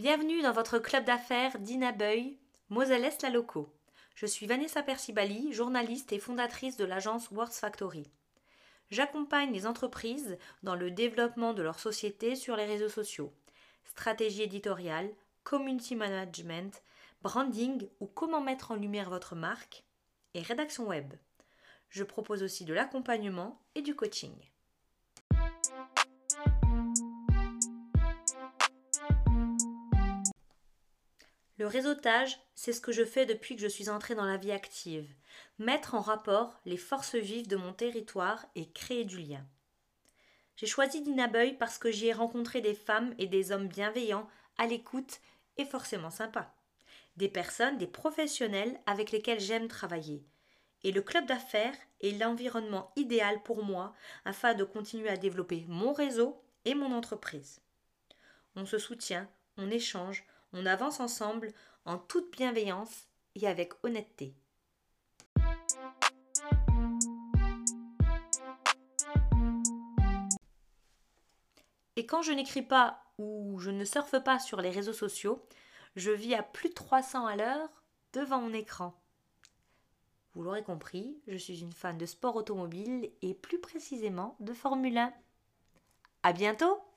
Bienvenue dans votre club d'affaires d'Ina Beuil, Moselles La Loco. Je suis Vanessa Percibali, journaliste et fondatrice de l'agence Words Factory. J'accompagne les entreprises dans le développement de leur société sur les réseaux sociaux, stratégie éditoriale, community management, branding ou comment mettre en lumière votre marque, et rédaction web. Je propose aussi de l'accompagnement et du coaching. Le réseautage, c'est ce que je fais depuis que je suis entrée dans la vie active. Mettre en rapport les forces vives de mon territoire et créer du lien. J'ai choisi d'Ina Beuil parce que j'y ai rencontré des femmes et des hommes bienveillants, à l'écoute et forcément sympas. Des personnes, des professionnels avec lesquels j'aime travailler. Et le club d'affaires est l'environnement idéal pour moi afin de continuer à développer mon réseau et mon entreprise. On se soutient, on échange, on avance ensemble en toute bienveillance et avec honnêteté. Et quand je n'écris pas ou je ne surfe pas sur les réseaux sociaux, je vis à plus de 300 à l'heure devant mon écran. Vous l'aurez compris, je suis une fan de sport automobile et plus précisément de Formule 1. À bientôt!